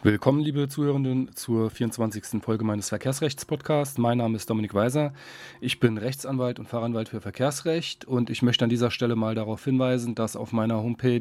Willkommen, liebe Zuhörenden, zur 24. Folge meines Verkehrsrechts-Podcasts. Mein Name ist Dominik Weiser. Ich bin Rechtsanwalt und Fachanwalt für Verkehrsrecht und ich möchte an dieser Stelle mal darauf hinweisen, dass auf meiner Homepage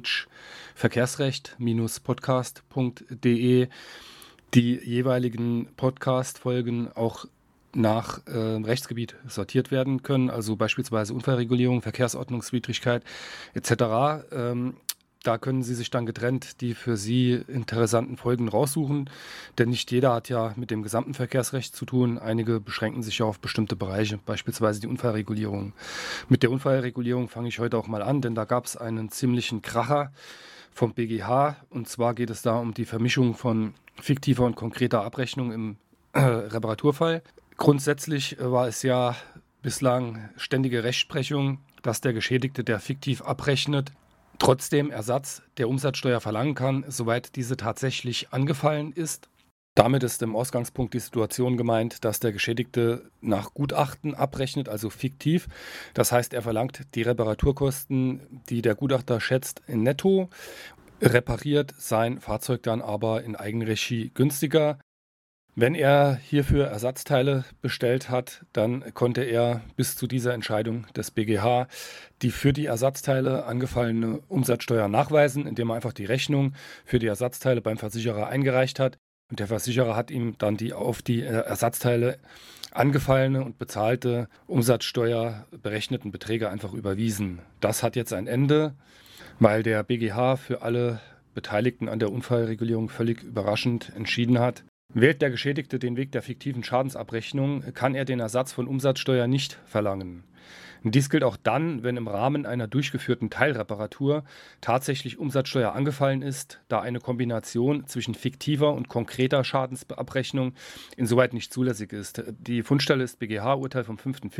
verkehrsrecht-podcast.de die jeweiligen Podcast-Folgen auch nach Rechtsgebiet sortiert werden können, also beispielsweise Unfallregulierung, Verkehrsordnungswidrigkeit etc. Da können Sie sich dann getrennt die für Sie interessanten Folgen raussuchen, denn nicht jeder hat ja mit dem gesamten Verkehrsrecht zu tun. Einige beschränken sich ja auf bestimmte Bereiche, beispielsweise die Unfallregulierung. Mit der Unfallregulierung fange ich heute auch mal an, denn da gab es einen ziemlichen Kracher vom BGH. Und zwar geht es da um die Vermischung von fiktiver und konkreter Abrechnung im Reparaturfall. Grundsätzlich war es ja bislang ständige Rechtsprechung, dass der Geschädigte, der fiktiv abrechnet, trotzdem Ersatz der Umsatzsteuer verlangen kann, soweit diese tatsächlich angefallen ist. Damit ist im Ausgangspunkt die Situation gemeint, dass der Geschädigte nach Gutachten abrechnet, also fiktiv. Das heißt, er verlangt die Reparaturkosten, die der Gutachter schätzt, in netto, repariert sein Fahrzeug dann aber in Eigenregie günstiger. Wenn er hierfür Ersatzteile bestellt hat, dann konnte er bis zu dieser Entscheidung des BGH die für die Ersatzteile angefallene Umsatzsteuer nachweisen, indem er einfach die Rechnung für die Ersatzteile beim Versicherer eingereicht hat. Und der Versicherer hat ihm dann die auf die Ersatzteile angefallene und bezahlte Umsatzsteuer berechneten Beträge einfach überwiesen. Das hat jetzt ein Ende, weil der BGH für alle Beteiligten an der Unfallregulierung völlig überraschend entschieden hat: Wählt der Geschädigte den Weg der fiktiven Schadensabrechnung, kann er den Ersatz von Umsatzsteuer nicht verlangen. Dies gilt auch dann, wenn im Rahmen einer durchgeführten Teilreparatur tatsächlich Umsatzsteuer angefallen ist, da eine Kombination zwischen fiktiver und konkreter Schadensabrechnung insoweit nicht zulässig ist. Die Fundstelle ist BGH-Urteil vom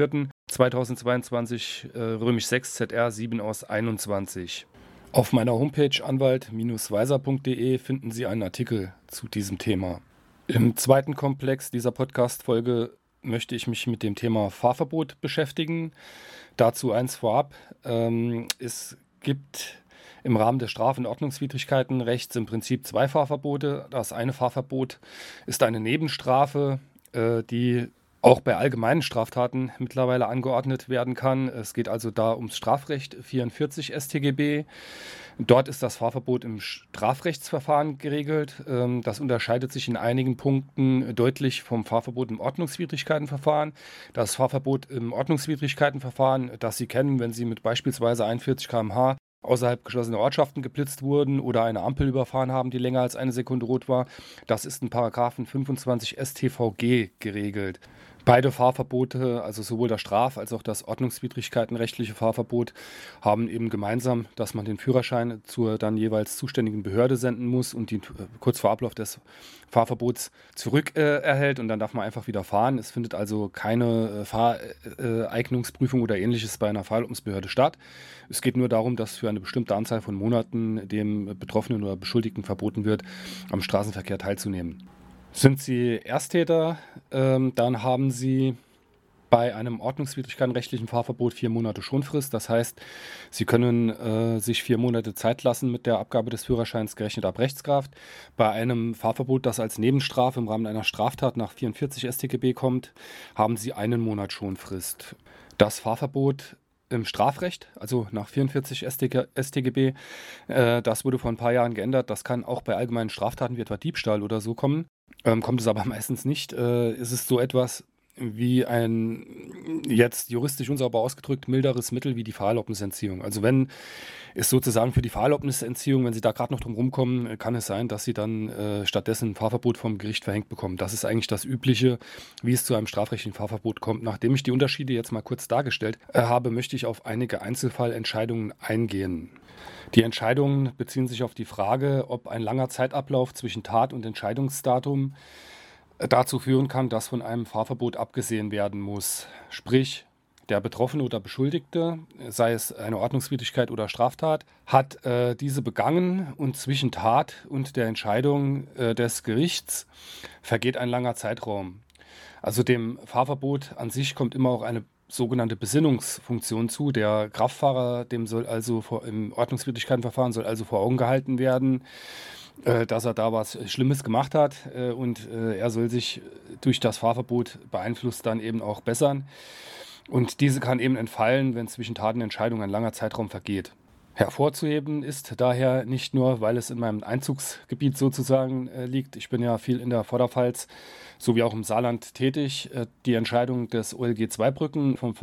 5.4.2022, römisch 6 ZR 7 aus 21. Auf meiner Homepage anwalt-weiser.de finden Sie einen Artikel zu diesem Thema. Im zweiten Komplex dieser Podcast-Folge möchte ich mich mit dem Thema Fahrverbot beschäftigen. Dazu eins vorab. Es gibt im Rahmen des Straf- und Ordnungswidrigkeitenrechts im Prinzip zwei Fahrverbote. Das eine Fahrverbot ist eine Nebenstrafe, die auch bei allgemeinen Straftaten mittlerweile angeordnet werden kann. Es geht also da ums Strafrecht 44 StGB. Dort ist das Fahrverbot im Strafrechtsverfahren geregelt. Das unterscheidet sich in einigen Punkten deutlich vom Fahrverbot im Ordnungswidrigkeitenverfahren. Das Fahrverbot im Ordnungswidrigkeitenverfahren, das Sie kennen, wenn Sie mit beispielsweise 41 km/h außerhalb geschlossener Ortschaften geblitzt wurden oder eine Ampel überfahren haben, die länger als eine Sekunde rot war, das ist in Paragraphen 25 StVG geregelt. Beide Fahrverbote, also sowohl das Straf- als auch das ordnungswidrigkeitenrechtliche Fahrverbot, haben eben gemeinsam, dass man den Führerschein zur dann jeweils zuständigen Behörde senden muss und die kurz vor Ablauf des Fahrverbots zurück erhält und dann darf man einfach wieder fahren. Es findet also keine Fahreignungsprüfung oder ähnliches bei einer Fahrerlaubnisbehörde statt. Es geht nur darum, dass für eine bestimmte Anzahl von Monaten dem Betroffenen oder Beschuldigten verboten wird, am Straßenverkehr teilzunehmen. Sind Sie Ersttäter, dann haben Sie bei einem ordnungswidrigkeitenrechtlichen Fahrverbot 4 Monate Schonfrist. Das heißt, Sie können sich 4 Monate Zeit lassen mit der Abgabe des Führerscheins gerechnet ab Rechtskraft. Bei einem Fahrverbot, das als Nebenstrafe im Rahmen einer Straftat nach 44 StGB kommt, haben Sie 1 Monat Schonfrist. Das Fahrverbot im Strafrecht, also nach 44 StGB, das wurde vor ein paar Jahren geändert. Das kann auch bei allgemeinen Straftaten wie etwa Diebstahl oder so kommen. Kommt es aber meistens nicht. Es ist so etwas wie ein, jetzt juristisch unsauber ausgedrückt, milderes Mittel wie die Fahrerlaubnisentziehung. Also wenn es sozusagen für die Fahrerlaubnisentziehung, wenn Sie da gerade noch drum rumkommen, kann es sein, dass Sie dann stattdessen ein Fahrverbot vom Gericht verhängt bekommen. Das ist eigentlich das Übliche, wie es zu einem strafrechtlichen Fahrverbot kommt. Nachdem ich die Unterschiede jetzt mal kurz dargestellt habe, möchte ich auf einige Einzelfallentscheidungen eingehen. Die Entscheidungen beziehen sich auf die Frage, ob ein langer Zeitablauf zwischen Tat- und Entscheidungsdatum dazu führen kann, dass von einem Fahrverbot abgesehen werden muss. Sprich, der Betroffene oder Beschuldigte, sei es eine Ordnungswidrigkeit oder Straftat, hat diese begangen und zwischen Tat und der Entscheidung des Gerichts vergeht ein langer Zeitraum. Also dem Fahrverbot an sich kommt immer auch eine sogenannte Besinnungsfunktion zu. Der Kraftfahrer, dem soll also im Ordnungswidrigkeitenverfahren soll also vor Augen gehalten werden, dass er da was Schlimmes gemacht hat und er soll sich durch das Fahrverbot beeinflusst dann eben auch bessern. Und diese kann eben entfallen, wenn zwischen Tat und Entscheidung ein langer Zeitraum vergeht. Hervorzuheben ist daher nicht nur, weil es in meinem Einzugsgebiet sozusagen liegt, ich bin ja viel in der Vorderpfalz sowie auch im Saarland tätig, die Entscheidung des OLG Zweibrücken vom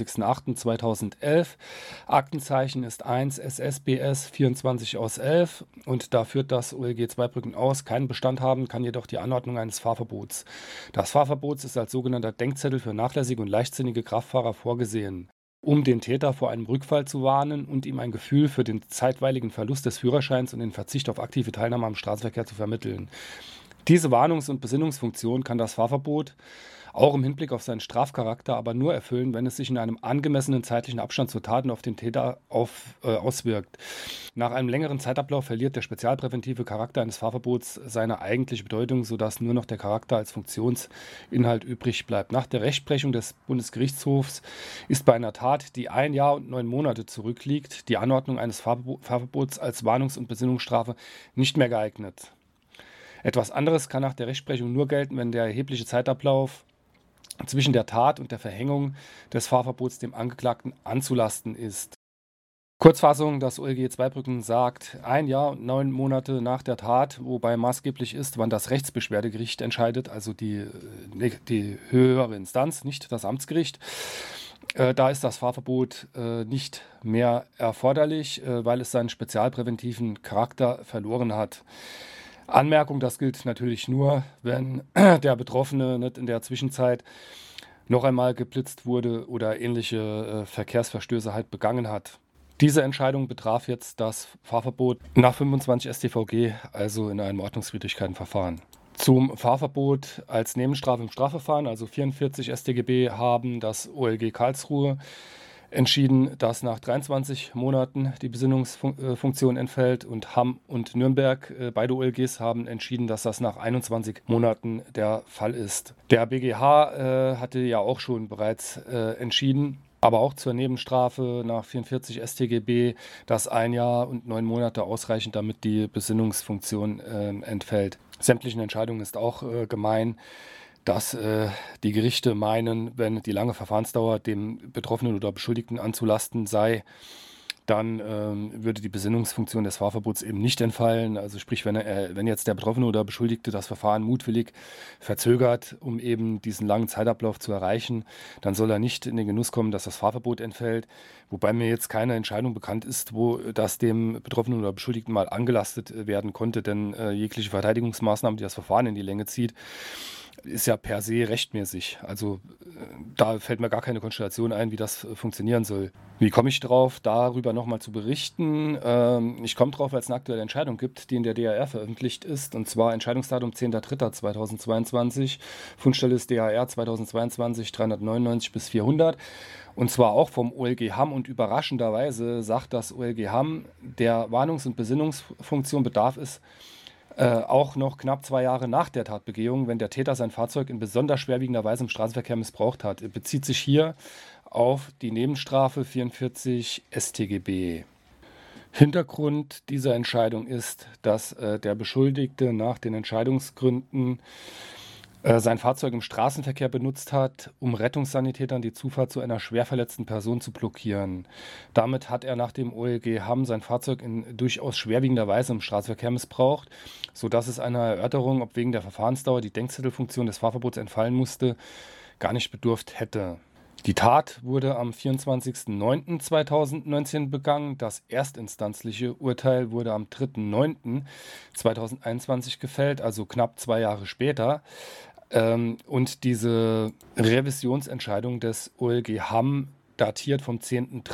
25.08.2011. Aktenzeichen ist 1 SSBS 24 aus 11 und da führt das OLG Zweibrücken aus, keinen Bestand haben, kann jedoch die Anordnung eines Fahrverbots. Das Fahrverbot ist als sogenannter Denkzettel für nachlässige und leichtsinnige Kraftfahrer vorgesehen, um den Täter vor einem Rückfall zu warnen und ihm ein Gefühl für den zeitweiligen Verlust des Führerscheins und den Verzicht auf aktive Teilnahme am Straßenverkehr zu vermitteln. Diese Warnungs- und Besinnungsfunktion kann das Fahrverbot auch im Hinblick auf seinen Strafcharakter aber nur erfüllen, wenn es sich in einem angemessenen zeitlichen Abstand zur Tat und auf den Täter auswirkt. Nach einem längeren Zeitablauf verliert der spezialpräventive Charakter eines Fahrverbots seine eigentliche Bedeutung, sodass nur noch der Charakter als Funktionsinhalt übrig bleibt. Nach der Rechtsprechung des Bundesgerichtshofs ist bei einer Tat, die 1 Jahr und 9 Monate zurückliegt, die Anordnung eines Fahrverbots als Warnungs- und Besinnungsstrafe nicht mehr geeignet. Etwas anderes kann nach der Rechtsprechung nur gelten, wenn der erhebliche Zeitablauf zwischen der Tat und der Verhängung des Fahrverbots dem Angeklagten anzulasten ist. Kurzfassung, das OLG Zweibrücken sagt 1 Jahr und 9 Monate nach der Tat, wobei maßgeblich ist, wann das Rechtsbeschwerdegericht entscheidet, also die höhere Instanz, nicht das Amtsgericht. Da ist das Fahrverbot nicht mehr erforderlich, weil es seinen spezialpräventiven Charakter verloren hat. Anmerkung, das gilt natürlich nur, wenn der Betroffene nicht in der Zwischenzeit noch einmal geblitzt wurde oder ähnliche Verkehrsverstöße halt begangen hat. Diese Entscheidung betraf jetzt das Fahrverbot nach 25 StVG, also in einem Ordnungswidrigkeitenverfahren. Zum Fahrverbot als Nebenstrafe im Strafverfahren, also 44 StGB, haben das OLG Karlsruhe entschieden, dass nach 23 Monaten die Besinnungsfunktion entfällt und Hamm und Nürnberg, beide OLGs, haben entschieden, dass das nach 21 Monaten der Fall ist. Der BGH hatte ja auch schon bereits entschieden, aber auch zur Nebenstrafe nach 44 StGB, dass 1 Jahr und 9 Monate ausreichen, damit die Besinnungsfunktion entfällt. Sämtlichen Entscheidungen ist auch gemein, dass die Gerichte meinen, wenn die lange Verfahrensdauer dem Betroffenen oder Beschuldigten anzulasten sei, dann würde die Besinnungsfunktion des Fahrverbots eben nicht entfallen. Also sprich, wenn jetzt der Betroffene oder Beschuldigte das Verfahren mutwillig verzögert, um eben diesen langen Zeitablauf zu erreichen, dann soll er nicht in den Genuss kommen, dass das Fahrverbot entfällt. Wobei mir jetzt keine Entscheidung bekannt ist, wo das dem Betroffenen oder Beschuldigten mal angelastet werden konnte, denn jegliche Verteidigungsmaßnahme, die das Verfahren in die Länge zieht, ist ja per se rechtmäßig. Also da fällt mir gar keine Konstellation ein, wie das funktionieren soll. Wie komme ich drauf, darüber nochmal zu berichten? Ich komme drauf, weil es eine aktuelle Entscheidung gibt, die in der DHR veröffentlicht ist. Und zwar Entscheidungsdatum 10.03.2022. Fundstelle ist DHR 2022 399 bis 400. Und zwar auch vom OLG Hamm. Und überraschenderweise sagt das OLG Hamm, der Warnungs- und Besinnungsfunktion bedarf es auch noch knapp 2 Jahre nach der Tatbegehung, wenn der Täter sein Fahrzeug in besonders schwerwiegender Weise im Straßenverkehr missbraucht hat. Er bezieht sich hier auf die Nebenstrafe 44 StGB. Hintergrund dieser Entscheidung ist, dass der Beschuldigte nach den Entscheidungsgründen sein Fahrzeug im Straßenverkehr benutzt hat, um Rettungssanitätern die Zufahrt zu einer schwer verletzten Person zu blockieren. Damit hat er nach dem OLG Hamm sein Fahrzeug in durchaus schwerwiegender Weise im Straßenverkehr missbraucht, sodass es einer Erörterung, ob wegen der Verfahrensdauer die Denkzettelfunktion des Fahrverbots entfallen musste, gar nicht bedurft hätte. Die Tat wurde am 24.09.2019 begangen. Das erstinstanzliche Urteil wurde am 3.09.2021 gefällt, also knapp 2 Jahre später. Und diese Revisionsentscheidung des OLG Hamm datiert vom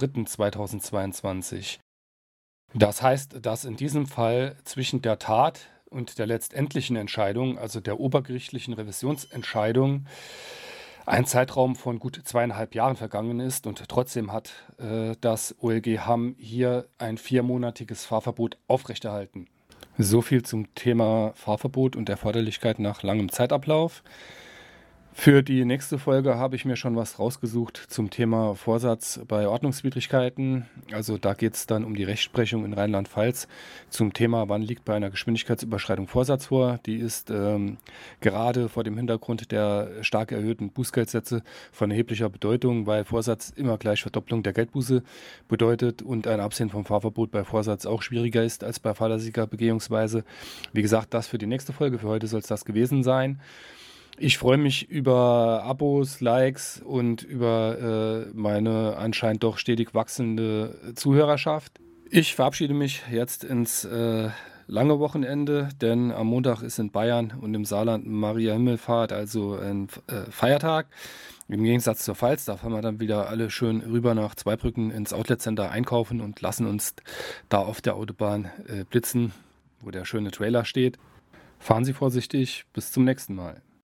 10.03.2022. Das heißt, dass in diesem Fall zwischen der Tat und der letztendlichen Entscheidung, also der obergerichtlichen Revisionsentscheidung, ein Zeitraum von gut 2,5 Jahren vergangen ist und trotzdem hat das OLG Hamm hier ein 4-monatiges Fahrverbot aufrechterhalten. So viel zum Thema Fahrverbot und Erforderlichkeit nach langem Zeitablauf. Für die nächste Folge habe ich mir schon was rausgesucht zum Thema Vorsatz bei Ordnungswidrigkeiten. Also da geht es dann um die Rechtsprechung in Rheinland-Pfalz zum Thema, wann liegt bei einer Geschwindigkeitsüberschreitung Vorsatz vor. Die ist gerade vor dem Hintergrund der stark erhöhten Bußgeldsätze von erheblicher Bedeutung, weil Vorsatz immer gleich Verdopplung der Geldbuße bedeutet und ein Absehen vom Fahrverbot bei Vorsatz auch schwieriger ist als bei fahrlässiger Begehungsweise. Wie gesagt, das für die nächste Folge. Für heute soll es das gewesen sein. Ich freue mich über Abos, Likes und über meine anscheinend doch stetig wachsende Zuhörerschaft. Ich verabschiede mich jetzt ins lange Wochenende, denn am Montag ist in Bayern und im Saarland Maria Himmelfahrt, also ein Feiertag. Im Gegensatz zur Pfalz, da fahren wir dann wieder alle schön rüber nach Zweibrücken ins Outlet Center einkaufen und lassen uns da auf der Autobahn blitzen, wo der schöne Trailer steht. Fahren Sie vorsichtig, bis zum nächsten Mal.